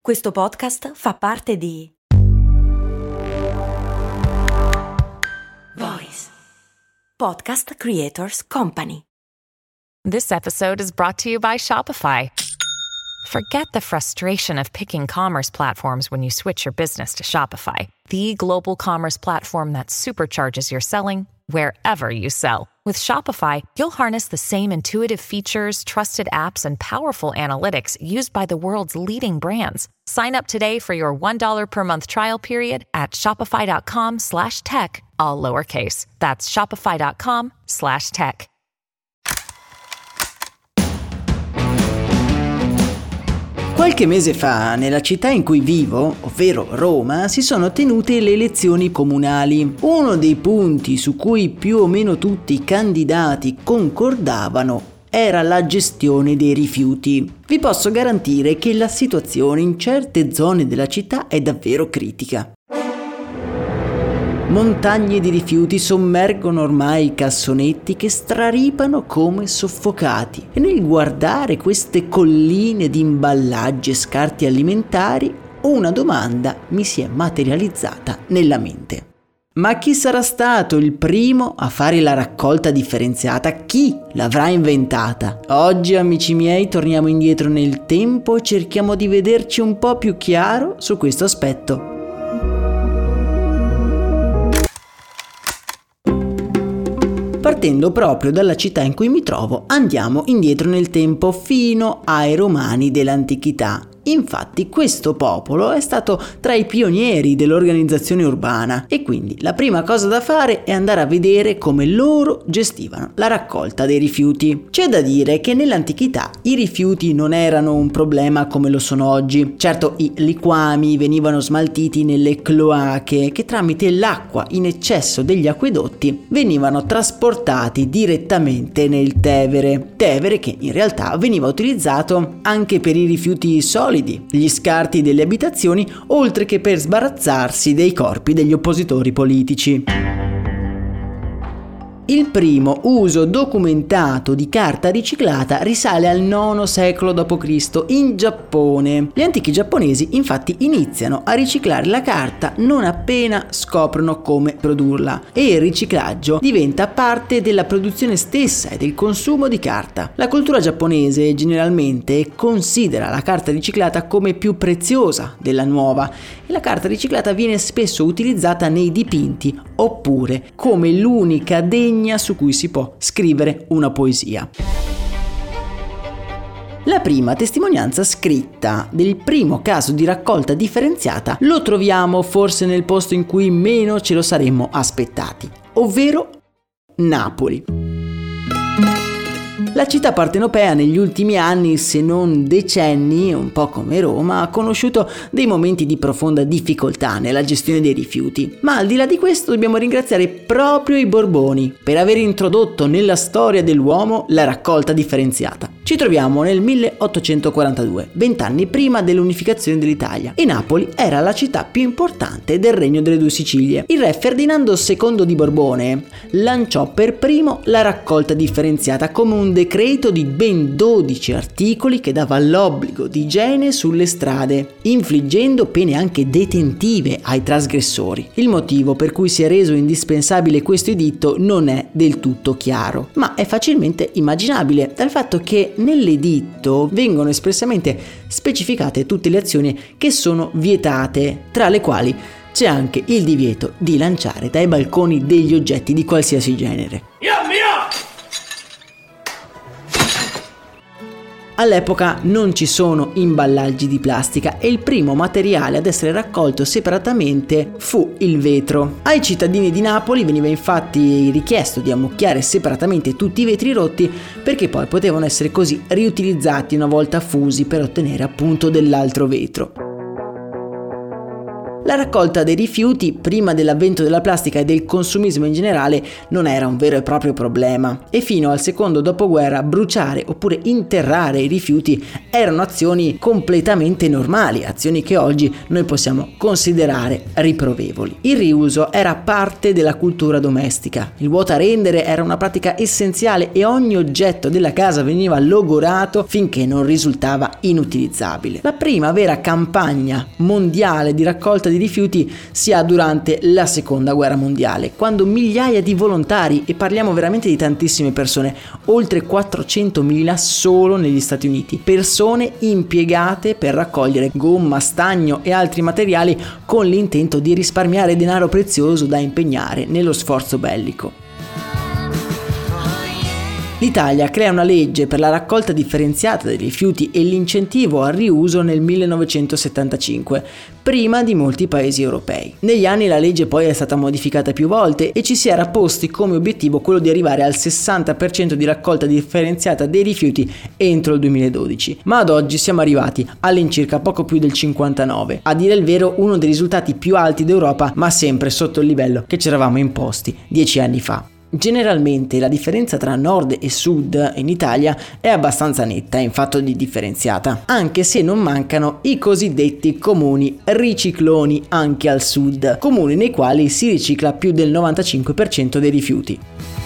Questo podcast fa parte di Voice Podcast Creators Company. This episode is brought to you by Shopify. Forget the frustration of picking commerce platforms when you switch your business to Shopify, the global commerce platform that supercharges your selling wherever you sell. With Shopify, you'll harness the same intuitive features, trusted apps, and powerful analytics used by the world's leading brands. Sign up today for your $1 per month trial period at shopify.com/tech, all lowercase. That's shopify.com/tech. Qualche mese fa, nella città in cui vivo, ovvero Roma, si sono tenute le elezioni comunali. Uno dei punti su cui più o meno tutti i candidati concordavano era la gestione dei rifiuti. Vi posso garantire che la situazione in certe zone della città è davvero critica. Montagne di rifiuti sommergono ormai i cassonetti che straripano come soffocati, e nel guardare queste colline di imballaggi e scarti alimentari una domanda mi si è materializzata nella mente. Ma chi sarà stato il primo a fare la raccolta differenziata? Chi l'avrà inventata? Oggi, amici miei, torniamo indietro nel tempo e cerchiamo di vederci un po' più chiaro su questo aspetto. Partendo proprio dalla città in cui mi trovo, andiamo indietro nel tempo fino ai Romani dell'antichità. Infatti questo popolo è stato tra i pionieri dell'organizzazione urbana e quindi la prima cosa da fare è andare a vedere come loro gestivano la raccolta dei rifiuti. C'è da dire che nell'antichità i rifiuti non erano un problema come lo sono oggi. Certo, i liquami venivano smaltiti nelle cloache che tramite l'acqua in eccesso degli acquedotti venivano trasportati direttamente nel Tevere che in realtà veniva utilizzato anche per i rifiuti solidi, gli scarti delle abitazioni, oltre che per sbarazzarsi dei corpi degli oppositori politici. Il primo uso documentato di carta riciclata risale al IX secolo d.C. in Giappone. Gli antichi giapponesi infatti iniziano a riciclare la carta non appena scoprono come produrla, e il riciclaggio diventa parte della produzione stessa e del consumo di carta. La cultura giapponese generalmente considera la carta riciclata come più preziosa della nuova, e la carta riciclata viene spesso utilizzata nei dipinti oppure come l'unica degna su cui si può scrivere una poesia. La prima testimonianza scritta del primo caso di raccolta differenziata lo troviamo forse nel posto in cui meno ce lo saremmo aspettati, ovvero Napoli. La città partenopea negli ultimi anni, se non decenni, un po' come Roma, ha conosciuto dei momenti di profonda difficoltà nella gestione dei rifiuti. Ma al di là di questo dobbiamo ringraziare proprio i Borboni per aver introdotto nella storia dell'uomo la raccolta differenziata. Ci troviamo nel 1842, 20 anni prima dell'unificazione dell'Italia, e Napoli era la città più importante del Regno delle Due Sicilie. Il re Ferdinando II di Borbone lanciò per primo la raccolta differenziata come un decreto di ben 12 articoli che dava l'obbligo di igiene sulle strade, infliggendo pene anche detentive ai trasgressori. Il motivo per cui si è reso indispensabile questo editto non è del tutto chiaro, ma è facilmente immaginabile dal fatto che nell'editto vengono espressamente specificate tutte le azioni che sono vietate, tra le quali c'è anche il divieto di lanciare dai balconi degli oggetti di qualsiasi genere. All'epoca non ci sono imballaggi di plastica e il primo materiale ad essere raccolto separatamente fu il vetro. Ai cittadini di Napoli veniva infatti richiesto di ammucchiare separatamente tutti i vetri rotti, perché poi potevano essere così riutilizzati una volta fusi per ottenere appunto dell'altro vetro. La La raccolta dei rifiuti, prima dell'avvento della plastica e del consumismo in generale, non era un vero e proprio problema, e fino al secondo dopoguerra bruciare oppure interrare i rifiuti erano azioni completamente normali, azioni che oggi noi possiamo considerare riprovevoli. Il riuso era parte della cultura domestica, il vuota rendere era una pratica essenziale e ogni oggetto della casa veniva logorato finché non risultava inutilizzabile. La prima vera campagna mondiale di raccolta di rifiuti si ha durante la seconda guerra mondiale, quando migliaia di volontari, e parliamo veramente di tantissime persone, oltre 400.000 solo negli Stati Uniti, persone impiegate per raccogliere gomma, stagno e altri materiali con l'intento di risparmiare denaro prezioso da impegnare nello sforzo bellico. L'Italia crea una legge per la raccolta differenziata dei rifiuti e l'incentivo al riuso nel 1975, prima di molti paesi europei. Negli anni la legge poi è stata modificata più volte e ci si era posti come obiettivo quello di arrivare al 60% di raccolta differenziata dei rifiuti entro il 2012, ma ad oggi siamo arrivati all'incirca poco più del 59%, a dire il vero uno dei risultati più alti d'Europa, ma sempre sotto il livello che ci eravamo imposti 10 anni fa. Generalmente la differenza tra nord e sud in Italia è abbastanza netta in fatto di differenziata, anche se non mancano i cosiddetti comuni ricicloni anche al sud, comuni nei quali si ricicla più del 95% dei rifiuti.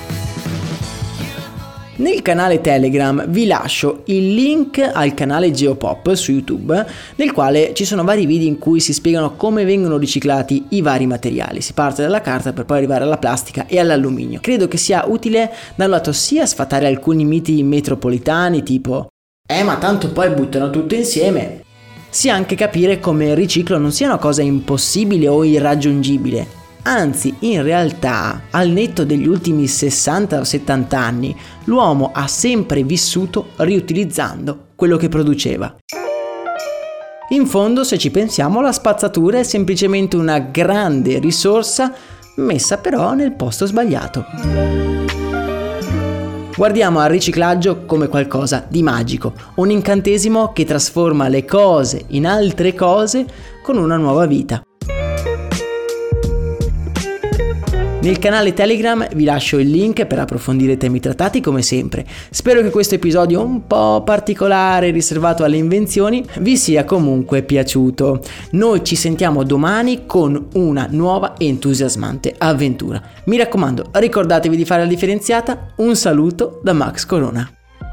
Nel canale Telegram vi lascio il link al canale Geopop su YouTube, nel quale ci sono vari video in cui si spiegano come vengono riciclati i vari materiali. Si parte dalla carta per poi arrivare alla plastica e all'alluminio. Credo che sia utile da un lato sia sfatare alcuni miti metropolitani tipo ma tanto poi buttano tutto insieme, sia anche capire come il riciclo non sia una cosa impossibile o irraggiungibile. Anzi, in realtà, al netto degli ultimi 60 o 70 anni, l'uomo ha sempre vissuto riutilizzando quello che produceva. In fondo, se ci pensiamo, la spazzatura è semplicemente una grande risorsa messa però nel posto sbagliato. Guardiamo al riciclaggio come qualcosa di magico, un incantesimo che trasforma le cose in altre cose con una nuova vita. Nel canale Telegram vi lascio il link per approfondire temi trattati come sempre. Spero che questo episodio un po' particolare riservato alle invenzioni vi sia comunque piaciuto. Noi ci sentiamo domani con una nuova e entusiasmante avventura. Mi raccomando, ricordatevi di fare la differenziata. Un saluto da Max Corona.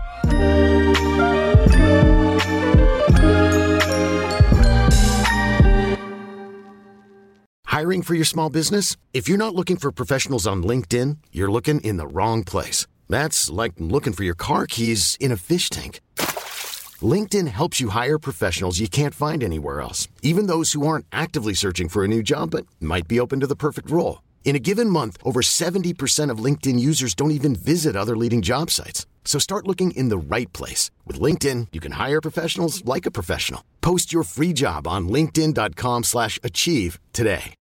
Hiring for your small business? If you're not looking for professionals on LinkedIn, you're looking in the wrong place. That's like looking for your car keys in a fish tank. LinkedIn helps you hire professionals you can't find anywhere else, even those who aren't actively searching for a new job but might be open to the perfect role. In a given month, over 70% of LinkedIn users don't even visit other leading job sites. So start looking in the right place. With LinkedIn, you can hire professionals like a professional. Post your free job on linkedin.com/achieve today.